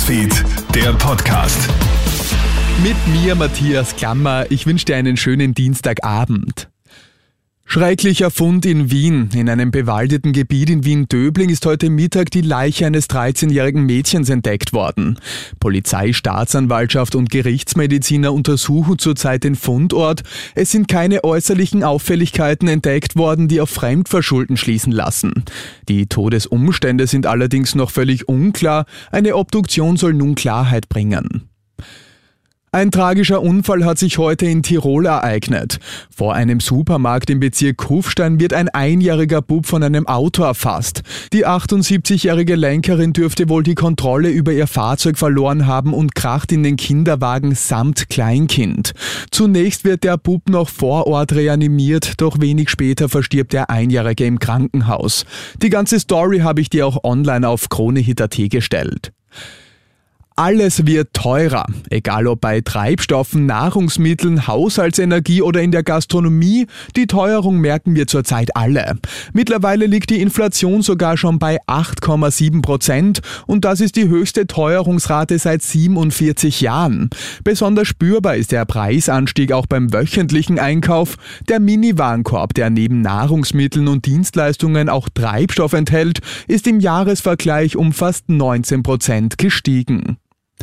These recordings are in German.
Newsfeed, der Podcast. Mit mir, Matthias Klammer. Ich wünsche dir einen schönen Dienstagabend. Schrecklicher Fund in Wien. In einem bewaldeten Gebiet in Wien-Döbling ist heute Mittag die Leiche eines 13-jährigen Mädchens entdeckt worden. Polizei, Staatsanwaltschaft und Gerichtsmediziner untersuchen zurzeit den Fundort. Es sind keine äußerlichen Auffälligkeiten entdeckt worden, die auf Fremdverschulden schließen lassen. Die Todesumstände sind allerdings noch völlig unklar. Eine Obduktion soll nun Klarheit bringen. Ein tragischer Unfall hat sich heute in Tirol ereignet. Vor einem Supermarkt im Bezirk Kufstein wird ein einjähriger Bub von einem Auto erfasst. Die 78-jährige Lenkerin dürfte wohl die Kontrolle über ihr Fahrzeug verloren haben und kracht in den Kinderwagen samt Kleinkind. Zunächst wird der Bub noch vor Ort reanimiert, doch wenig später verstirbt der Einjährige im Krankenhaus. Die ganze Story habe ich dir auch online auf KroneHit.at gestellt. Alles wird teurer, egal ob bei Treibstoffen, Nahrungsmitteln, Haushaltsenergie oder in der Gastronomie. Die Teuerung merken wir zurzeit alle. Mittlerweile liegt die Inflation sogar schon bei 8,7% und das ist die höchste Teuerungsrate seit 47 Jahren. Besonders spürbar ist der Preisanstieg auch beim wöchentlichen Einkauf. Der Mini-Warenkorb, der neben Nahrungsmitteln und Dienstleistungen auch Treibstoff enthält, ist im Jahresvergleich um fast 19% gestiegen.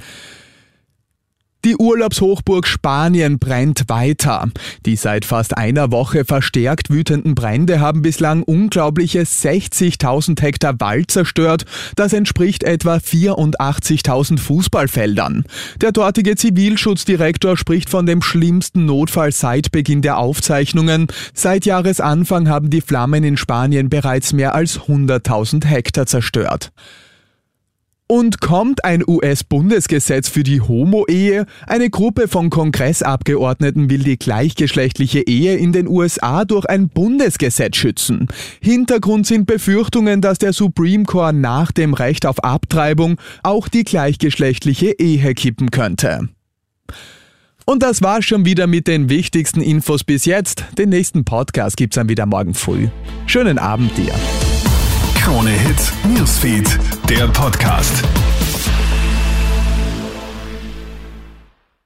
Die Urlaubshochburg Spanien brennt weiter. Die seit fast einer Woche verstärkt wütenden Brände haben bislang unglaubliche 60.000 Hektar Wald zerstört. Das entspricht etwa 84.000 Fußballfeldern. Der dortige Zivilschutzdirektor spricht von dem schlimmsten Notfall seit Beginn der Aufzeichnungen. Seit Jahresanfang haben die Flammen in Spanien bereits mehr als 100.000 Hektar zerstört. Und kommt ein US-Bundesgesetz für die Homo-Ehe? Eine Gruppe von Kongressabgeordneten will die gleichgeschlechtliche Ehe in den USA durch ein Bundesgesetz schützen. Hintergrund sind Befürchtungen, dass der Supreme Court nach dem Recht auf Abtreibung auch die gleichgeschlechtliche Ehe kippen könnte. Und das war's schon wieder mit den wichtigsten Infos bis jetzt. Den nächsten Podcast gibt's dann wieder morgen früh. Schönen Abend dir. KroneHit Newsfeed, der Podcast.